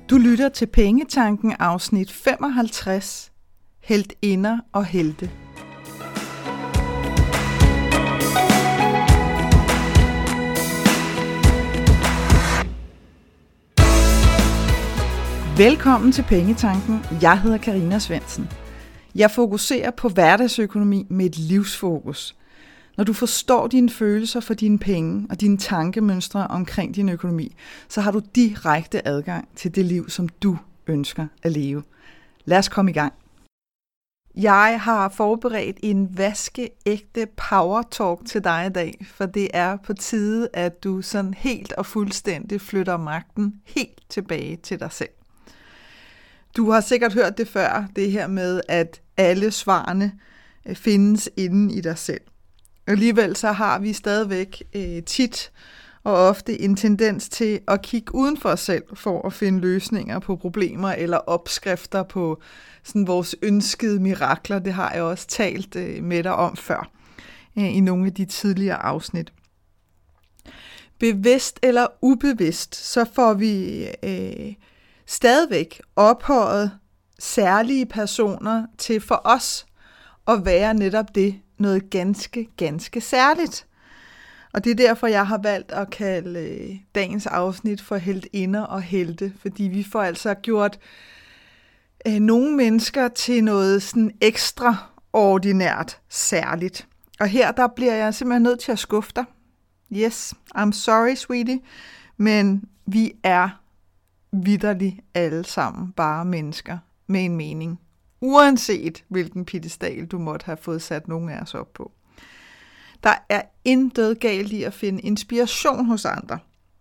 Du lytter til Pengetanken afsnit 55, Heltinder og helte. Velkommen til Pengetanken. Jeg hedder Karina Svendsen. Jeg fokuserer på hverdagsøkonomi med et livsfokus. Når du forstår dine følelser for dine penge og dine tankemønstre omkring din økonomi, så har du direkte adgang til det liv, som du ønsker at leve. Lad os komme i gang. Jeg har forberedt en vaskeægte power talk til dig i dag, for det er på tide, at du sådan helt og fuldstændig flytter magten helt tilbage til dig selv. Du har sikkert hørt det før, det her med, at alle svarene findes inde i dig selv. Alligevel så har vi stadigvæk tit og ofte en tendens til at kigge uden for os selv for at finde løsninger på problemer eller opskrifter på sådan vores ønskede mirakler. Det har jeg også talt med dig om før i nogle af de tidligere afsnit. Bevidst eller ubevidst, så får vi stadigvæk ophøjet særlige personer til for os at være netop det, noget ganske, ganske særligt. Og det er derfor, jeg har valgt at kalde dagens afsnit for Heltinder og helte, fordi vi får altså gjort nogle mennesker til noget sådan ekstraordinært særligt. Og her der bliver jeg simpelthen nødt til at skuffe dig. Yes, I'm sorry, sweetie, men vi er vitterligt alle sammen bare mennesker med en mening. Uanset hvilken piedestal du måtte have fået sat nogen af os op på. Der er intet galt i at finde inspiration hos andre.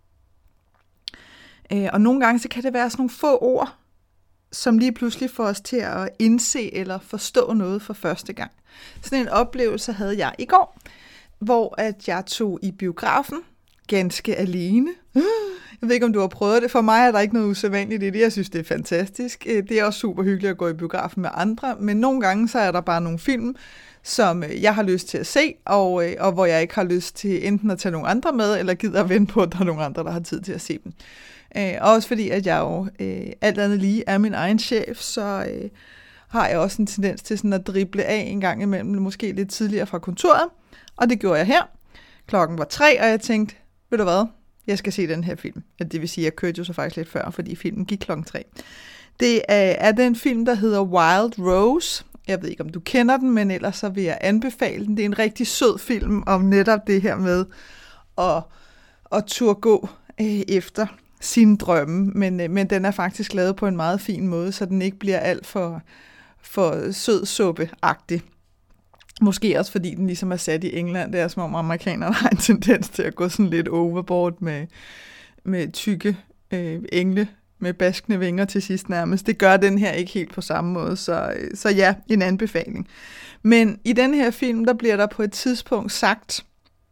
Og nogle gange så kan det være sådan nogle få ord, som lige pludselig får os til at indse eller forstå noget for første gang. Sådan en oplevelse havde jeg i går, hvor at jeg tog i biografen ganske alene. Jeg ved ikke, om du har prøvet det. For mig er der ikke noget usædvanligt i det. Jeg synes, det er fantastisk. Det er også super hyggeligt at gå i biografen med andre, men nogle gange så er der bare nogle film, som jeg har lyst til at se, og hvor jeg ikke har lyst til enten at tage nogle andre med, eller gider at vente på, at der er nogle andre, der har tid til at se dem. Også fordi, at jeg jo alt andet lige er min egen chef, så har jeg også en tendens til sådan at drible af en gang imellem, måske lidt tidligere fra kontoret, og det gjorde jeg her. Klokken var 3, og jeg tænkte, ved du hvad? Jeg skal se den her film. Det vil sige, at jeg kørte jo så faktisk lidt før, fordi filmen gik klokken 3. Det er den film, der hedder Wild Rose. Jeg ved ikke, om du kender den, men ellers så vil jeg anbefale den. Det er en rigtig sød film om netop det her med at turde gå efter sine drømme. Men den er faktisk lavet på en meget fin måde, så den ikke bliver alt for sødsuppe-agtig. Måske også fordi den ligesom er sat i England. Det er som om amerikanerne har en tendens til at gå sådan lidt overboard med tykke engle med baskende vinger til sidst nærmest. Det gør den her ikke helt på samme måde, så ja, en anbefaling. Men i den her film, der bliver der på et tidspunkt sagt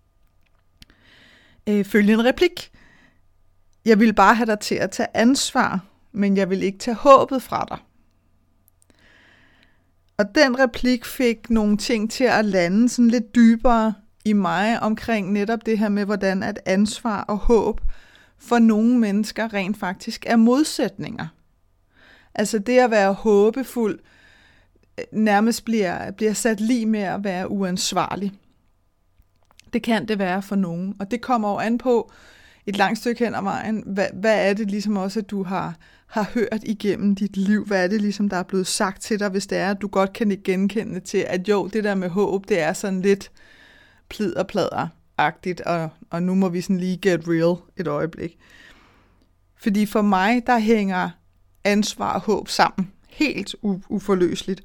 følgende replik. Jeg vil bare have dig til at tage ansvar, men jeg vil ikke tage håbet fra dig. Og den replik fik nogle ting til at lande sådan lidt dybere i mig omkring netop det her med, hvordan at ansvar og håb for nogle mennesker rent faktisk er modsætninger. Altså det at være håbefuld nærmest bliver sat lige med at være uansvarlig. Det kan det være for nogen, og det kommer jo an på et langt stykke hen ad vejen. Hvad er det ligesom også, at du har hørt igennem dit liv? Hvad er det ligesom, der er blevet sagt til dig, hvis det er, at du godt kan genkende til, at jo, det der med håb, det er sådan lidt plid og plader-agtigt, og nu må vi sådan lige get real et øjeblik. Fordi for mig, der hænger ansvar og håb sammen, helt uforløseligt.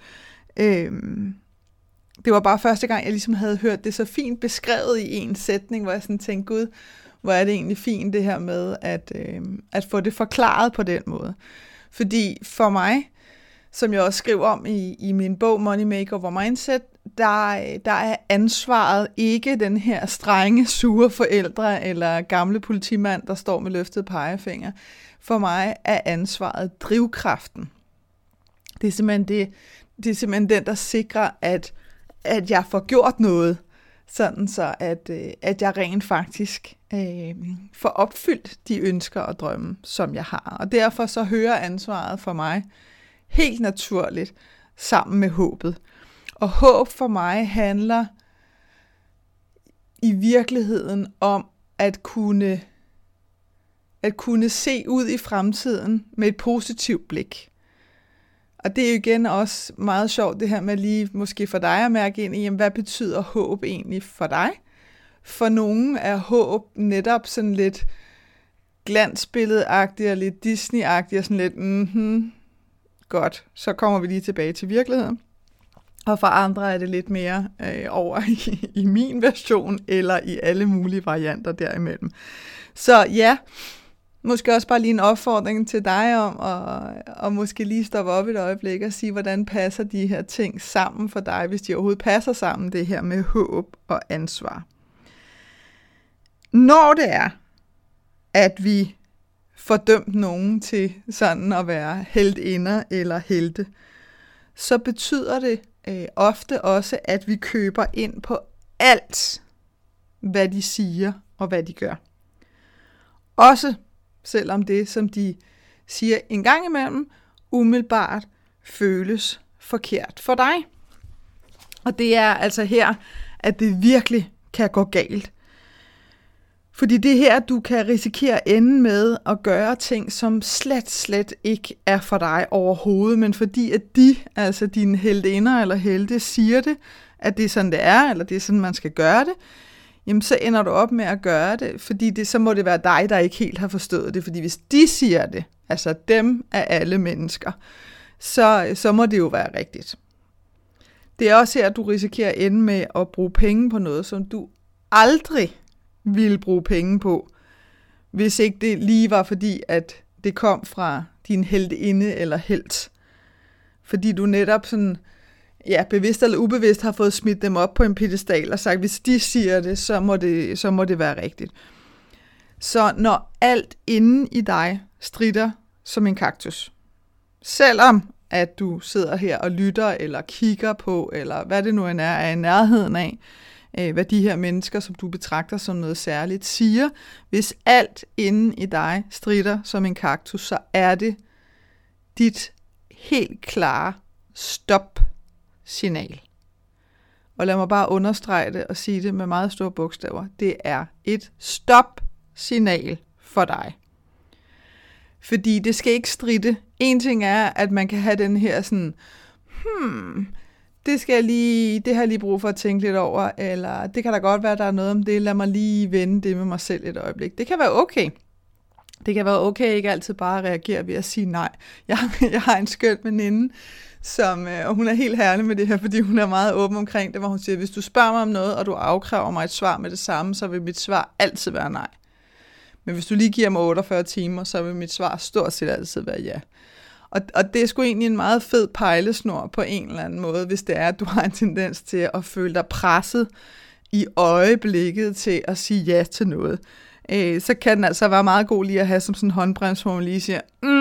Det var bare første gang, jeg ligesom havde hørt det så fint beskrevet i en sætning, hvor jeg sådan tænkte, gud, hvor er det egentlig fint det her med at få det forklaret på den måde. Fordi for mig, som jeg også skrev om i min bog Money Makeover Mindset, der er ansvaret ikke den her strenge, sure forældre eller gamle politimand, der står med løftet pegefinger. For mig er ansvaret drivkraften. Det er simpelthen den, der sikrer, at jeg får gjort noget, sådan så at jeg rent faktisk får opfyldt de ønsker og drømme, som jeg har. Og derfor så hører ansvaret for mig helt naturligt sammen med håbet. Og håb for mig handler i virkeligheden om at kunne se ud i fremtiden med et positivt blik. Og det er jo igen også meget sjovt, det her med lige måske for dig at mærke ind i, jamen, hvad betyder håb egentlig for dig? For nogen er håb netop sådan lidt glansbilledagtigt og lidt Disney-agtigt og sådan lidt, godt, så kommer vi lige tilbage til virkeligheden. Og for andre er det lidt mere over i min version, eller i alle mulige varianter derimellem. Så ja, måske også bare lige en opfordring til dig om at måske lige stoppe op et øjeblik og sige, hvordan passer de her ting sammen for dig, hvis de overhovedet passer sammen, det her med håb og ansvar. Når det er, at vi får dømt nogen til sådan at være heltinder eller helte, så betyder det ofte også, at vi køber ind på alt, hvad de siger og hvad de gør. Også selvom det, som de siger en gang imellem, umiddelbart føles forkert for dig. Og det er altså her, at det virkelig kan gå galt. Fordi det her, du kan risikere at ende med at gøre ting, som slet ikke er for dig overhovedet, men fordi at de, altså dine heltinder eller helte, siger det, at det er sådan, det er, eller det er sådan, man skal gøre det, jamen så ender du op med at gøre det, fordi så må det være dig, der ikke helt har forstået det, fordi hvis de siger det, altså dem af alle mennesker, så må det jo være rigtigt. Det er også her, at du risikerer at ende med at bruge penge på noget, som du aldrig ville bruge penge på, hvis ikke det lige var fordi, at det kom fra din heltinde eller helt. Fordi du netop sådan, ja, bevidst eller ubevidst har fået smidt dem op på en piedestal og sagt, hvis de siger det, så må det være rigtigt. Så når alt inde i dig stritter som en kaktus, selvom at du sidder her og lytter eller kigger på, eller hvad det nu end er i nærheden af, hvad de her mennesker, som du betragter som noget særligt, siger, hvis alt inde i dig stritter som en kaktus, så er det dit helt klare stop-signal. Og lad mig bare understrege det og sige det med meget store bogstaver. Det er et stop-signal for dig. Fordi det skal ikke stritte. En ting er, at man kan have den her sådan, det har jeg lige brug for at tænke lidt over, eller det kan da godt være, der er noget om det, lad mig lige vende det med mig selv et øjeblik. Det kan være okay. Det kan være okay, ikke altid bare reagere ved at sige nej. Jeg har en skøn veninde, og hun er helt herlig med det her, fordi hun er meget åben omkring det, hvor hun siger, hvis du spørger mig om noget, og du afkræver mig et svar med det samme, så vil mit svar altid være nej. Men hvis du lige giver mig 48 timer, så vil mit svar stort set altid være ja. Og det er sgu egentlig en meget fed pejlesnor på en eller anden måde, hvis det er, at du har en tendens til at føle dig presset i øjeblikket til at sige ja til noget. Så kan den altså være meget god lige at have som sådan en håndbremse, hvor man lige siger,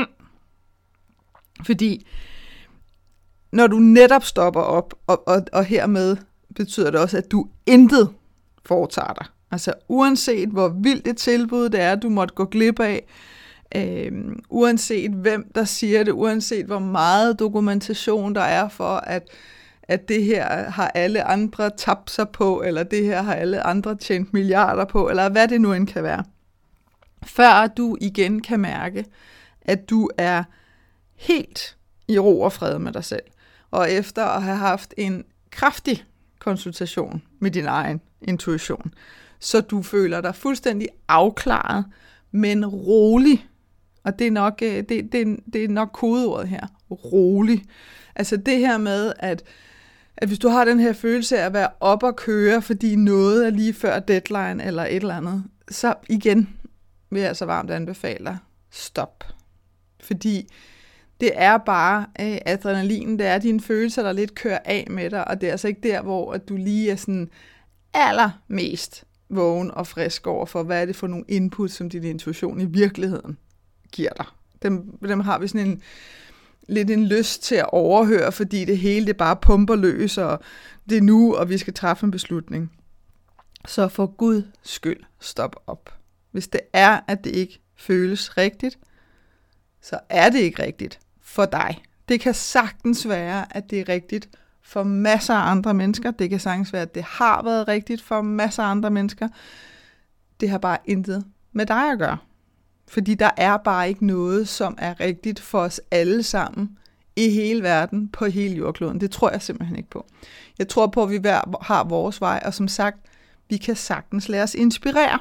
Fordi når du netop stopper op, og hermed betyder det også, at du intet foretager dig. Altså uanset hvor vildt et tilbud det er, du måtte gå glip af, uanset hvem der siger det, uanset hvor meget dokumentation der er for, at det her har alle andre tabt sig på, eller det her har alle andre tjent milliarder på, eller hvad det nu end kan være. Før du igen kan mærke, at du er helt i ro og fred med dig selv. Og efter at have haft en kraftig konsultation med din egen intuition, så du føler dig fuldstændig afklaret, men rolig. Og det er nok, det er nok kodeordet her. Rolig. Altså det her med, at hvis du har den her følelse af at være op og køre, fordi noget er lige før deadline eller et eller andet, så igen vil jeg altså varmt anbefale dig, stop. Fordi det er bare adrenalin, det er dine følelser, der lidt kører af med dig, og det er altså ikke der, hvor at du lige er sådan allermest vågen og frisk over for, hvad er det for nogle input, som din intuition i virkeligheden giver dig. Dem har vi sådan lidt en lyst til at overhøre, fordi det hele det bare pumper løs, og det er nu, og vi skal træffe en beslutning. Så for Guds skyld, stop op. Hvis det er, at det ikke føles rigtigt, så er det ikke rigtigt for dig. Det kan sagtens være, at det er rigtigt for masser af andre mennesker. Det kan sagtens være, at det har været rigtigt for masser af andre mennesker. Det har bare intet med dig at gøre. Fordi der er bare ikke noget, som er rigtigt for os alle sammen i hele verden, på hele jordkloden. Det tror jeg simpelthen ikke på. Jeg tror på, at vi hver har vores vej, og som sagt, vi kan sagtens lade os inspirere.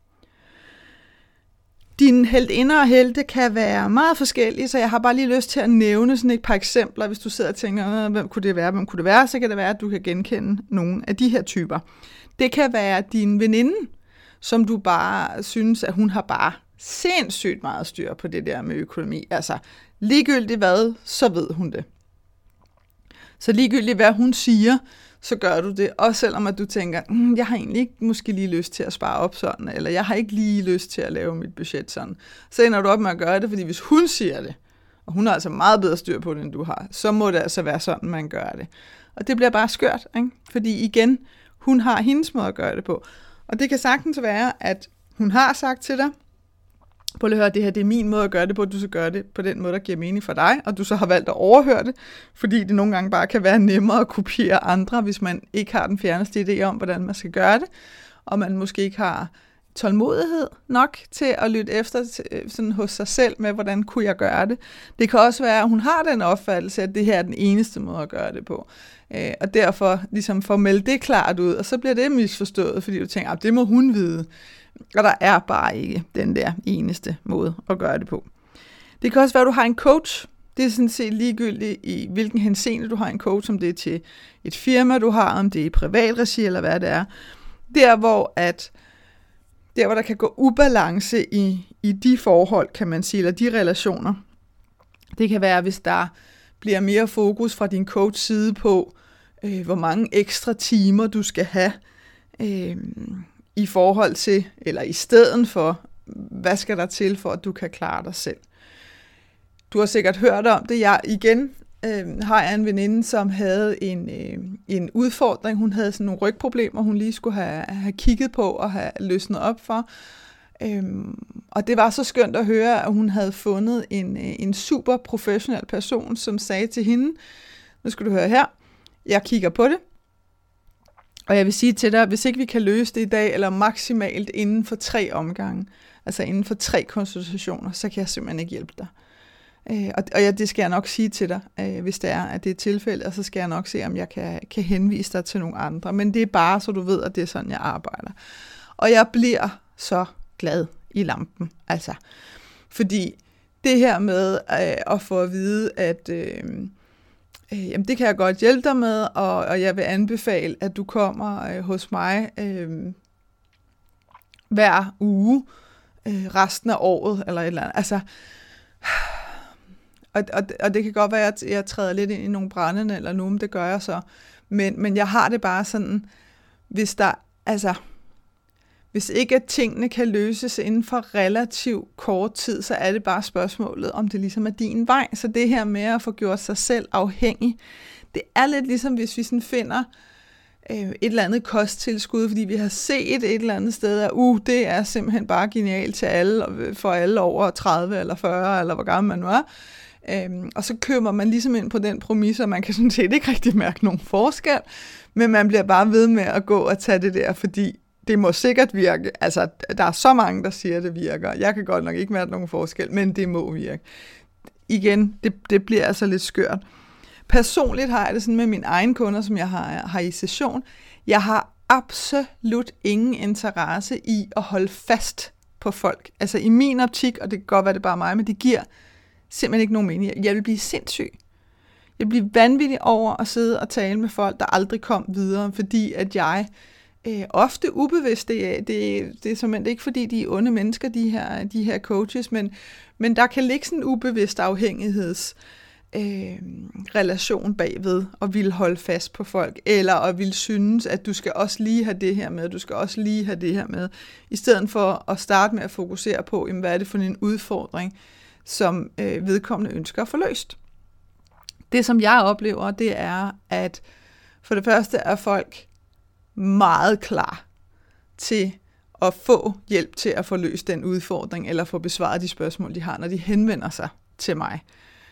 Dine heltinder og helte kan være meget forskellige, så jeg har bare lige lyst til at nævne sådan et par eksempler. Hvis du sidder og tænker, hvem kunne det være, så kan det være, at du kan genkende nogle af de her typer. Det kan være din veninde, som du bare synes, at hun har bare sindssygt meget styr på det der med økonomi. Altså ligegyldigt hvad, så ved hun det. Så ligegyldigt hvad hun siger, så gør du det. Også selvom at du tænker, jeg har egentlig ikke måske lige lyst til at spare op sådan, eller jeg har ikke lige lyst til at lave mit budget sådan. Så ender du op med at gøre det, fordi hvis hun siger det, og hun har altså meget bedre styr på det, end du har, så må det altså være sådan, man gør det. Og det bliver bare skørt, ikke? Fordi igen, hun har hendes måde at gøre det på. Og det kan sagtens være, at hun har sagt til dig, prøv lige at høre, det her det er min måde at gøre det på, du så gør det på den måde, der giver mening for dig, og du så har valgt at overhøre det, fordi det nogle gange bare kan være nemmere at kopiere andre, hvis man ikke har den fjerneste idé om, hvordan man skal gøre det, og man måske ikke har tålmodighed nok til at lytte efter sådan hos sig selv med, hvordan kunne jeg gøre det. Det kan også være, at hun har den opfattelse, at det her er den eneste måde at gøre det på. Og derfor ligesom får meldt det klart ud, og så bliver det misforstået, fordi du tænker, det må hun vide. Og der er bare ikke den der eneste måde at gøre det på. Det kan også være, at du har en coach. Det er sådan set ligegyldigt i hvilken henseende du har en coach, om det er til et firma, du har, om det er i privatregi eller hvad det er. Der hvor der kan gå ubalance i de forhold, kan man sige, eller de relationer. Det kan være, hvis der bliver mere fokus fra din coach side på, hvor mange ekstra timer du skal have, i forhold til, eller i stedet for, hvad skal der til for, at du kan klare dig selv. Du har sikkert hørt om det. Jeg har en veninde, som havde en udfordring. Hun havde sådan nogle rygproblemer, hun lige skulle have kigget på og have løsnet op for. Og det var så skønt at høre, at hun havde fundet en super professionel person, som sagde til hende, nu skal du høre her, jeg kigger på det, og jeg vil sige til dig, hvis ikke vi kan løse det i dag, eller maksimalt inden for 3 omgange, altså inden for 3 konsultationer, så kan jeg simpelthen ikke hjælpe dig. Det skal jeg nok sige til dig, hvis det er, at det er tilfældet, og så skal jeg nok se, om jeg kan henvise dig til nogle andre. Men det er bare, så du ved, at det er sådan, jeg arbejder. Og jeg bliver så glad i lampen, altså. Fordi det her med at få at vide, at jamen, det kan jeg godt hjælpe dig med, og jeg vil anbefale, at du kommer hos mig hver uge resten af året, eller et eller andet. Altså, og det kan godt være, at jeg træder lidt ind i nogle brændende, eller nu, men det gør jeg så. Men jeg har det bare sådan, hvis ikke at tingene kan løses inden for relativt kort tid, så er det bare spørgsmålet, om det ligesom er din vej. Så det her med at få gjort sig selv afhængig, det er lidt ligesom, hvis vi sådan finder et eller andet kosttilskud, fordi vi har set et eller andet sted, at det er simpelthen bare genialt til alle, for alle over 30 eller 40, eller hvor gammel man nu er. Og så køber man ligesom ind på den præmis, og man kan sådan set ikke rigtig mærke nogen forskel, men man bliver bare ved med at gå og tage det der, fordi det må sikkert virke. Altså, der er så mange, der siger, at det virker. Jeg kan godt nok ikke mærke nogen forskel, men det må virke. Igen, det bliver altså lidt skørt. Personligt har jeg det sådan med mine egne kunder, som jeg har i session. Jeg har absolut ingen interesse i at holde fast på folk. Altså i min optik, og det kan godt være, det bare mig, men det giver simpelthen ikke nogen mening. Jeg vil blive sindssyg. Jeg vil blive vanvittig over at sidde og tale med folk, der aldrig kom videre, fordi at jeg ofte ubevidst, det er simpelthen ikke fordi de er onde mennesker, de her coaches, men der kan ligge sådan en ubevidst afhængighedsrelation bagved, og vil holde fast på folk, eller og vil synes, at du skal også lige have det her med, du skal også lige have det her med, i stedet for at starte med at fokusere på, jamen, hvad er det for en udfordring, som vedkommende ønsker at få løst. Det, som jeg oplever, det er, at for det første er folk meget klar til at få hjælp til at få løst den udfordring, eller få besvaret de spørgsmål, de har, når de henvender sig til mig.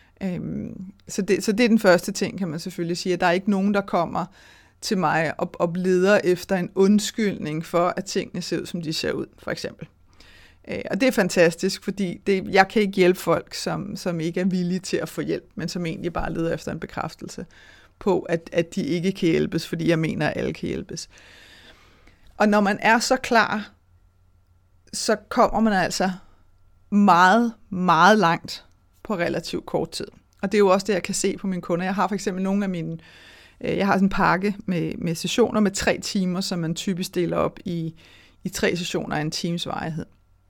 Så det er den første ting, kan man selvfølgelig sige, at der er ikke nogen, der kommer til mig og leder efter en undskyldning for, at tingene ser ud, som de ser ud, for eksempel. Og det er fantastisk, fordi jeg kan ikke hjælpe folk, som ikke er villige til at få hjælp, men som egentlig bare leder efter en bekræftelse på, at de ikke kan hjælpes, fordi jeg mener, at alle kan hjælpes. Og når man er så klar, så kommer man altså meget, meget langt på relativt kort tid. Og det er jo også det, jeg kan se på mine kunder. Jeg har for eksempel nogle af mine, jeg har sådan en pakke med sessioner med 3 timer, som man typisk deler op i 3 sessioner af en times varighed.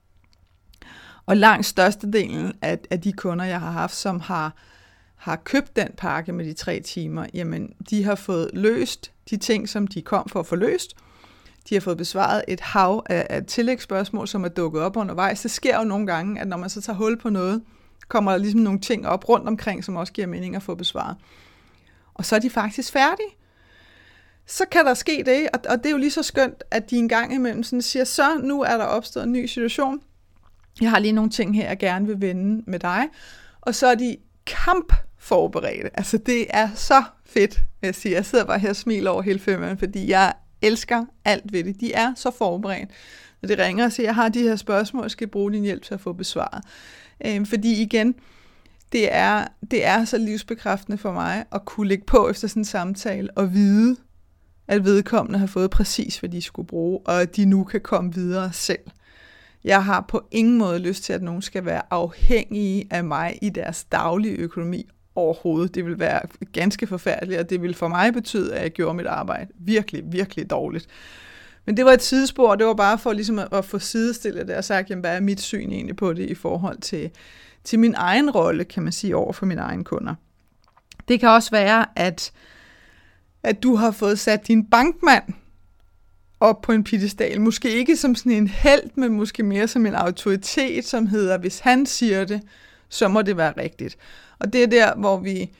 Og langt størstedelen af de kunder, jeg har haft, som har købt den pakke med de 3 timer, jamen de har fået løst de ting, som de kom for at få løst. De har fået besvaret et hav af tillægsspørgsmål, som er dukket op undervejs. Det sker jo nogle gange, at når man så tager hul på noget, kommer der ligesom nogle ting op rundt omkring, som også giver mening at få besvaret. Og så er de faktisk færdige. Så kan der ske det, og det er jo lige så skønt, at de en gang imellem sådan siger, så nu er der opstået en ny situation. Jeg har lige nogle ting her, jeg gerne vil vende med dig. Og så er de kampforberedte. Altså det er så fedt, jeg siger. Jeg sidder bare her og smiler over hele filmen, fordi jeg elsker alt ved det. De er så forberedt. Når det ringer og siger, jeg har de her spørgsmål, jeg skal bruge din hjælp til at få besvaret. Fordi igen, det er så livsbekræftende for mig at kunne lægge på efter sådan en samtale og vide, at vedkommende har fået præcis, hvad de skulle bruge, og at de nu kan komme videre selv. Jeg har på ingen måde lyst til, at nogen skal være afhængige af mig i deres daglige økonomi overhovedet. Det vil være ganske forfærdeligt, og det vil for mig betyde, at jeg gjorde mit arbejde virkelig, virkelig dårligt. Men det var et sidespor, og det var bare for ligesom at få sidestillet det og sagt, jamen, hvad er mit syn egentlig på det i forhold til min egen rolle, kan man sige, over for mine egne kunder. Det kan også være, at du har fået sat din bankmand op på en piedestal. Måske ikke som sådan en helt, men måske mere som en autoritet, som hedder, hvis han siger det, så må det være rigtigt. Og det er der, hvor vi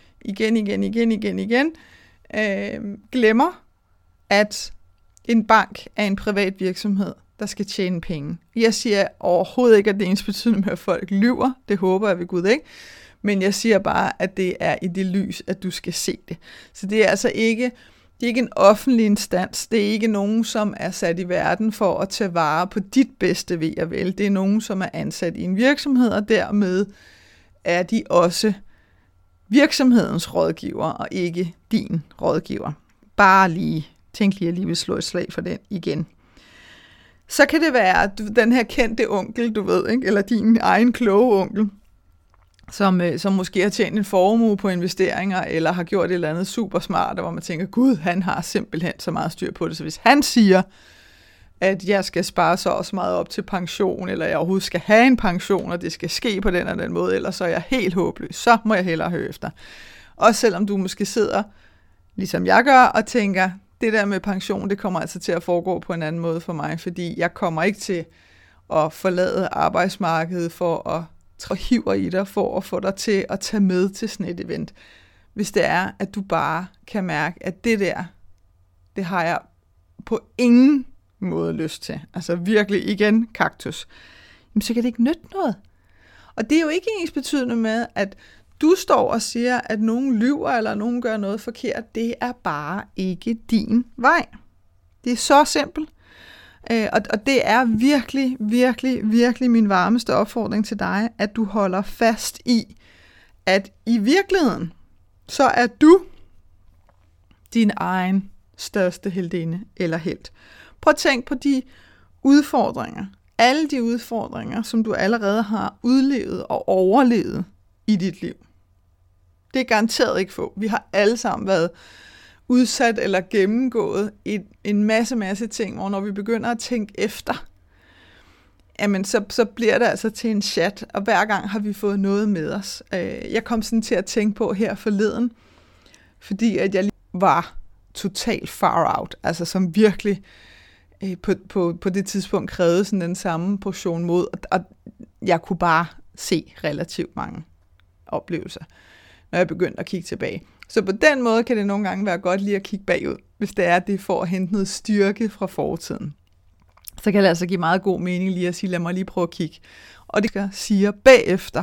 igen glemmer, at en bank er en privat virksomhed, der skal tjene penge. Jeg siger overhovedet ikke, at det er ensbetydende med, at folk lyver. Det håber jeg ved Gud ikke. Men jeg siger bare, at det er i det lys, at du skal se det. Så det er altså ikke en offentlig instans. Det er ikke nogen, som er sat i verden for at tage vare på dit bedste ved og vel. Det er nogen, som er ansat i en virksomhed, og dermed er de også virksomhedens rådgiver, og ikke din rådgiver. Bare lige, tænk lige, at lige vil slå et slag for den igen. Så kan det være den her kendte onkel, du ved, ikke? Eller din egen kloge onkel, som måske har tjent en formue på investeringer, eller har gjort et eller andet super smart, hvor man tænker, gud, han har simpelthen så meget styr på det, så hvis han siger, at jeg skal spare så også meget op til pension, eller jeg overhovedet skal have en pension, og det skal ske på den eller den måde, eller så er jeg helt håbløs, så må jeg hellere høre efter. Også selvom du måske sidder, ligesom jeg gør, og tænker, det der med pension, det kommer altså til at foregå på en anden måde for mig, fordi jeg kommer ikke til at forlade arbejdsmarkedet for at hiver i dig, for at få dig til at tage med til sådan et event. Hvis det er, at du bare kan mærke, at det har jeg på ingen måde lyst til. Altså virkelig igen kaktus. Jamen så kan det ikke nytte noget. Og det er jo ikke ensbetydende med, at du står og siger, at nogen lyver, eller nogen gør noget forkert. Det er bare ikke din vej. Det er så simpelt. Og det er virkelig, virkelig, virkelig min varmeste opfordring til dig, at du holder fast i, at i virkeligheden, så er du din egen største heldinde eller helt. Prøv at tænk på de udfordringer, alle de udfordringer, som du allerede har udlevet og overlevet i dit liv. Det er garanteret ikke få. Vi har alle sammen været udsat eller gennemgået en masse ting, hvor når vi begynder at tænke efter, jamen så bliver det altså til en chat, og hver gang har vi fået noget med os. Jeg kom sådan til at tænke på her forleden, fordi at jeg var totalt far out, altså som virkelig på det tidspunkt krævede sådan den samme portion mod, og jeg kunne bare se relativt mange oplevelser, når jeg begyndte at kigge tilbage. Så på den måde kan det nogle gange være godt lige at kigge bagud, hvis det er, det for at hente noget styrke fra fortiden. så kan det altså give meget god mening lige at sige, lad mig lige prøve at kigge. Og det siger bagefter,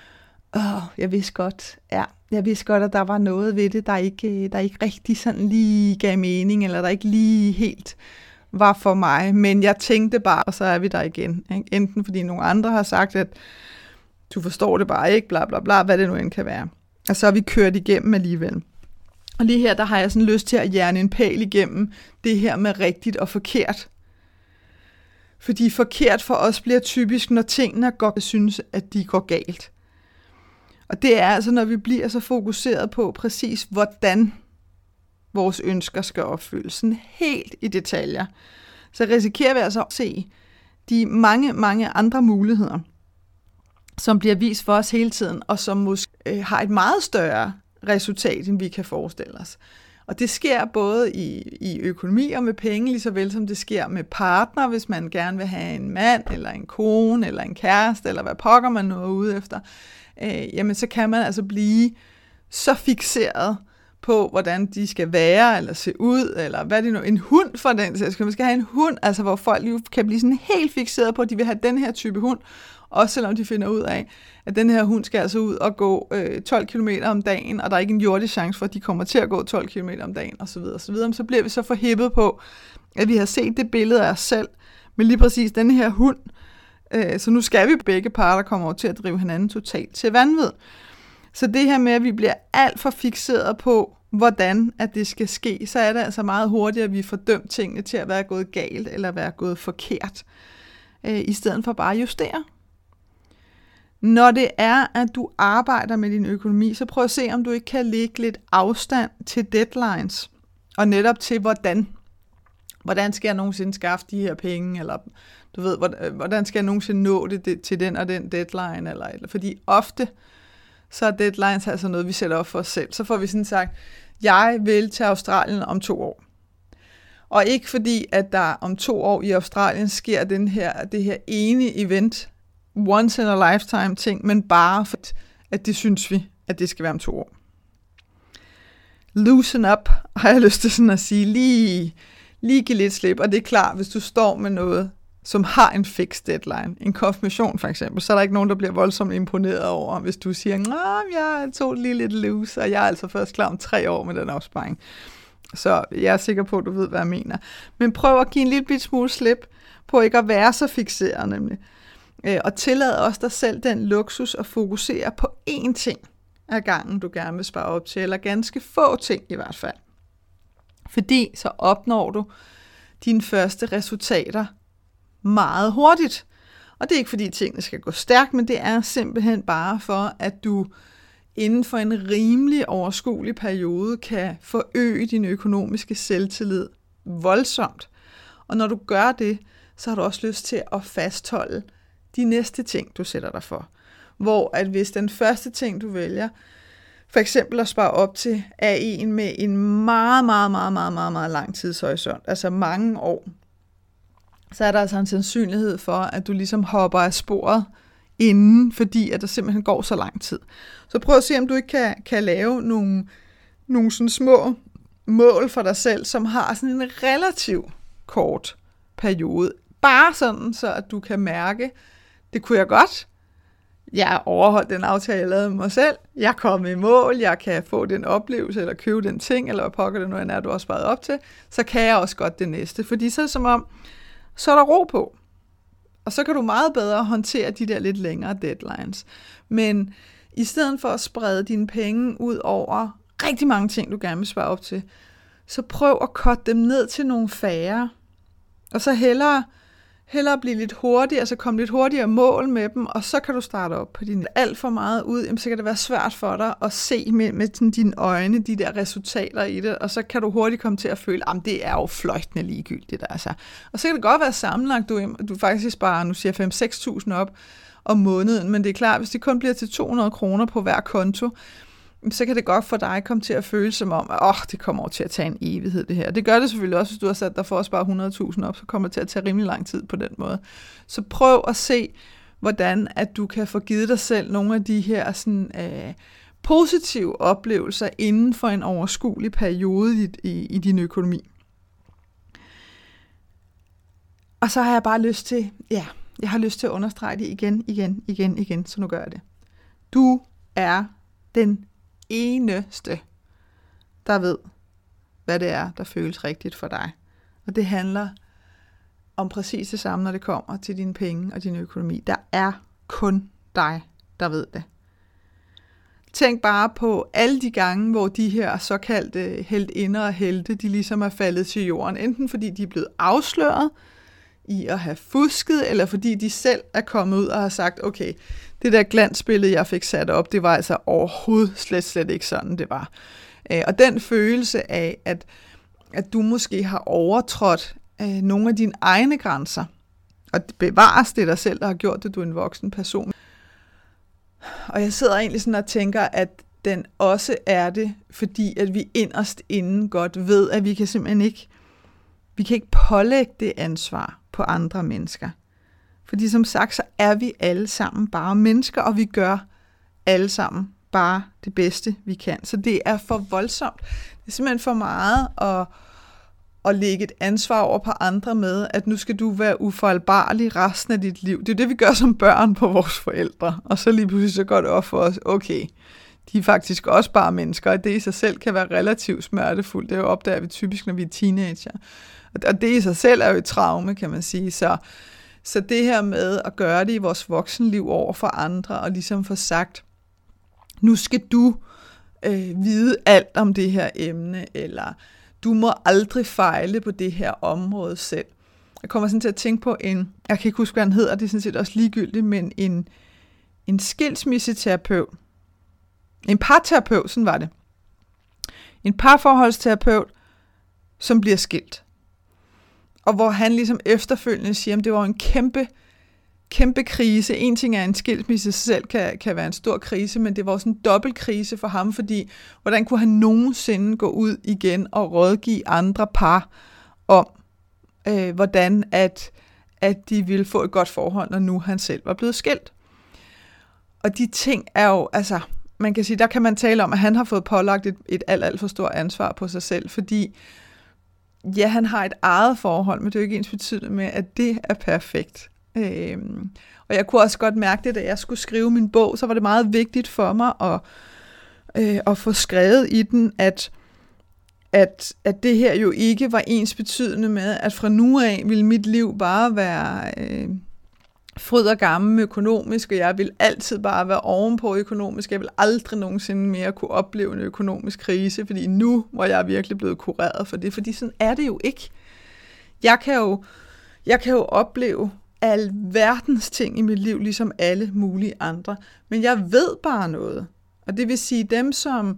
jeg vidste godt, at der var noget ved det, der ikke rigtig sådan lige gav mening, eller der ikke lige helt var for mig, men jeg tænkte bare, og så er vi der igen. Ikke? Enten fordi nogle andre har sagt, at du forstår det bare ikke, bla bla bla, hvad det nu end kan være. Og så er vi kørt igennem alligevel. Og lige her, der har jeg sådan lyst til at hjerne en pæl igennem det her med rigtigt og forkert. Fordi forkert for os bliver typisk, når tingene går, synes, at de går galt. Og det er altså, når vi bliver så fokuseret på præcis, hvordan vores ønsker skal opfyldes, sådan helt i detaljer, så risikerer vi altså at se de mange, mange andre muligheder, som bliver vist for os hele tiden, og som måske har et meget større resultat, end vi kan forestille os. Og det sker både i økonomi og med penge, lige så vel som det sker med partner, hvis man gerne vil have en mand, eller en kone, eller en kæreste, eller hvad pokker man nu er ude efter. Jamen så kan man altså blive så fikseret på, hvordan de skal være, eller se ud, eller hvad det nu, en hund for den sags. Man skal have en hund, altså hvor folk kan blive sådan helt fikseret på, at de vil have den her type hund, også selvom de finder ud af, at den her hund skal altså ud og gå 12 km om dagen, og der er ikke en jordisk chance for, at de kommer til at gå 12 km om dagen, osv. osv. Så bliver vi så forhippet på, at vi har set det billede af os selv, med lige præcis den her hund. Så nu skal vi begge parter komme over til at drive hinanden totalt til vanvid. Så det her med, at vi bliver alt for fikseret på, hvordan at det skal ske, så er det altså meget hurtigt, at vi får dømt tingene til at være gået galt, eller være gået forkert, i stedet for bare at justere. Når det er, at du arbejder med din økonomi, så prøv at se, om du ikke kan lægge lidt afstand til deadlines, og netop til, hvordan skal jeg nogensinde skaffe de her penge, eller du ved, hvordan skal jeg nogensinde nå det til den og den deadline, eller fordi ofte, så er deadlines altså noget, vi sætter op for os selv. Så får vi sådan sagt, jeg vil til Australien om 2 år. Og ikke fordi, at der om 2 år i Australien sker det her ene event, once in a lifetime ting, men bare for, at det synes vi, at det skal være om 2 år. Loosen up, har jeg lyst til sådan at sige, lige give lidt slip, og det er klart, hvis du står med noget, som har en fixed deadline, en konfirmation for eksempel, så er der ikke nogen, der bliver voldsomt imponeret over, hvis du siger, jeg tog lige lidt loose, og jeg er altså først klar om 3 år med den opsparing. Så jeg er sikker på, at du ved, hvad jeg mener. Men prøv at give en lille smule slip på ikke at være så fikseret, nemlig. Og tillad også dig selv den luksus at fokusere på én ting ad gangen, du gerne vil spare op til, eller ganske få ting i hvert fald. Fordi så opnår du dine første resultater meget hurtigt. Og det er ikke fordi tingene skal gå stærkt, men det er simpelthen bare for, at du inden for en rimelig overskuelig periode kan forøge din økonomiske selvtillid voldsomt. Og når du gør det, så har du også lyst til at fastholde de næste ting, du sætter dig for. Hvor at hvis den første ting, du vælger, for eksempel at spare op til, er en med en meget, meget, meget, meget, meget, meget lang tidshorisont, altså mange år, så er der altså en sandsynlighed for, at du ligesom hopper af sporet inden, fordi at der simpelthen går så lang tid. Så prøv at se, om du ikke kan lave nogle sådan små mål for dig selv, som har sådan en relativt kort periode. Bare sådan, så at du kan mærke, det kunne jeg godt. Jeg har overholdt den aftale, jeg lavede med mig selv. Jeg er kommet i mål. Jeg kan få den oplevelse, eller købe den ting, eller hvad pokker det nu er, du har sparet op til. Så kan jeg også godt det næste. Fordi så er det som om, så er der ro på. Og så kan du meget bedre håndtere de der lidt længere deadlines. Men i stedet for at sprede dine penge ud over rigtig mange ting, du gerne vil spare op til, så prøv at cutte dem ned til nogle færre. Og så hellere blive lidt hurtigere, altså komme lidt hurtigere mål med dem, og så kan du starte op på din alt for meget ud, jamen, så kan det være svært for dig at se med dine øjne de der resultater i det, og så kan du hurtigt komme til at føle, at det er jo fløjtende ligegyldigt. Altså. Og så kan det godt være sammenlagt, du faktisk sparer, nu siger 5-6.000 op om måneden, men det er klart, hvis det kun bliver til 200 kroner på hver konto, så kan det godt for dig komme til at føle som om, at det kommer over til at tage en evighed det her. Det gør det selvfølgelig også, hvis du har sat dig for at spare 100.000 op, så kommer det til at tage rimelig lang tid på den måde. Så prøv at se, hvordan at du kan få givet dig selv nogle af de her sådan, positive oplevelser inden for en overskuelig periode i din økonomi. Og så har jeg bare lyst til, jeg har lyst til at understrege det igen, så nu gør jeg det. Du er den eneste, der ved, hvad det er, der føles rigtigt for dig. Og det handler om præcis det samme, når det kommer til dine penge og din økonomi. Der er kun dig, der ved det. Tænk bare på alle de gange, hvor de her såkaldte heltinder og helte, de ligesom er faldet til jorden. Enten fordi de er blevet afsløret i at have fusket, eller fordi de selv er kommet ud og har sagt, okay, det der glansbillede, jeg fik sat op, det var altså overhovedet slet ikke sådan, det var. Og den følelse af, at du måske har overtrådt nogle af dine egne grænser, og det bevares det dig selv, der har gjort det, du er en voksen person. Og jeg sidder egentlig sådan og tænker, at den også er det, fordi at vi inderst inden godt ved, at vi kan simpelthen ikke, pålægge det ansvar på andre mennesker. Fordi som sagt, så er vi alle sammen bare mennesker, og vi gør alle sammen bare det bedste, vi kan. Så det er for voldsomt. Det er simpelthen for meget at lægge et ansvar over på andre med, at nu skal du være ufejlbarlig resten af dit liv. Det er det, vi gør som børn på vores forældre. Og så lige pludselig så går det op for os, okay, de er faktisk også bare mennesker, og det i sig selv kan være relativt smertefuldt. Det opdager vi typisk, når vi er teenager. Og det i sig selv er jo et traume, kan man sige. Så det her med at gøre det i vores voksenliv over for andre, og ligesom få sagt, nu skal du vide alt om det her emne, eller du må aldrig fejle på det her område selv. Jeg kommer sådan til at tænke på jeg kan ikke huske, hvad han hedder, det er sådan set også ligegyldigt, men en skilsmisseterapeut, en parterapeut, sådan var det. En parforholdsterapeut, som bliver skilt. Og hvor han ligesom efterfølgende siger, at det var en kæmpe krise. En ting er, en skilsmisse selv kan være en stor krise, men det var også en dobbelt krise for ham, fordi hvordan kunne han nogensinde gå ud igen og rådgive andre par om, hvordan at de ville få et godt forhold, når nu han selv var blevet skilt. Og de ting er jo, altså, man kan sige, der kan man tale om, at han har fået pålagt et alt for stort ansvar på sig selv, fordi ja, han har et eget forhold, men det er jo ikke ensbetydende med, at det er perfekt. Og jeg kunne også godt mærke det, da jeg skulle skrive min bog, så var det meget vigtigt for mig at få skrevet i den, at det her jo ikke var ensbetydende med, at fra nu af ville mit liv bare være fryd og gammel økonomisk, og jeg vil altid bare være ovenpå økonomisk. Jeg vil aldrig nogensinde mere kunne opleve en økonomisk krise, fordi nu var jeg virkelig blevet kureret for det, fordi sådan er det jo ikke. Jeg kan jo opleve alverdens ting i mit liv, ligesom alle mulige andre, men jeg ved bare noget. Og det vil sige, dem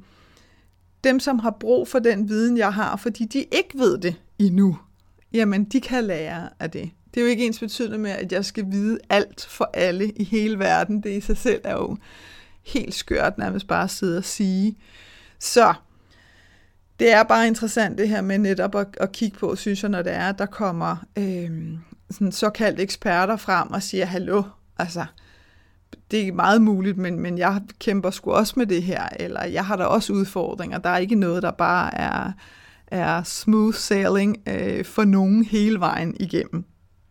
som har brug for den viden, jeg har, fordi de ikke ved det endnu, jamen de kan lære af det. Det er jo ikke ensbetydende med, at jeg skal vide alt for alle i hele verden. Det i sig selv er jo helt skørt nærmest bare at sidde og sige. Så det er bare interessant det her med netop at kigge på, synes jeg, når det er, at der kommer sådan såkaldte eksperter frem og siger, hallo, altså det er meget muligt, men jeg kæmper sgu også med det her, eller jeg har da også udfordringer. Der er ikke noget, der bare er smooth sailing for nogen hele vejen igennem.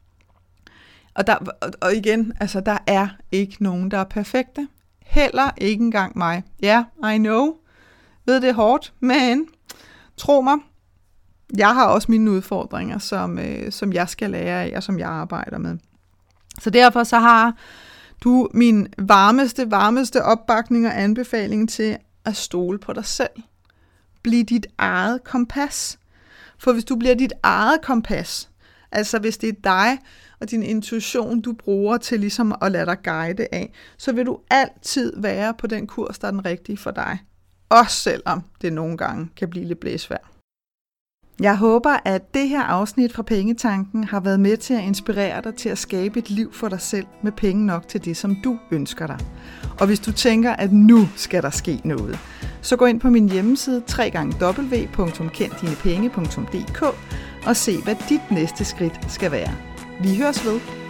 Og igen, altså der er ikke nogen, der er perfekte. Heller ikke engang mig. Ja, I know. Ved det er hårdt, men tro mig, jeg har også mine udfordringer, som jeg skal lære af, og som jeg arbejder med. Så derfor så har du min varmeste opbakning og anbefaling til at stole på dig selv. Bliv dit eget kompas. For hvis du bliver dit eget kompas, altså hvis det er dig og din intuition, du bruger til ligesom at lade dig guide af, så vil du altid være på den kurs, der er den rigtige for dig. Også selvom det nogle gange kan blive lidt blæsvejr. Jeg håber, at det her afsnit fra Pengetanken har været med til at inspirere dig til at skabe et liv for dig selv med penge nok til det, som du ønsker dig. Og hvis du tænker, at nu skal der ske noget, så gå ind på min hjemmeside www.kenddinepenge.dk og se, hvad dit næste skridt skal være. Vi høres ved.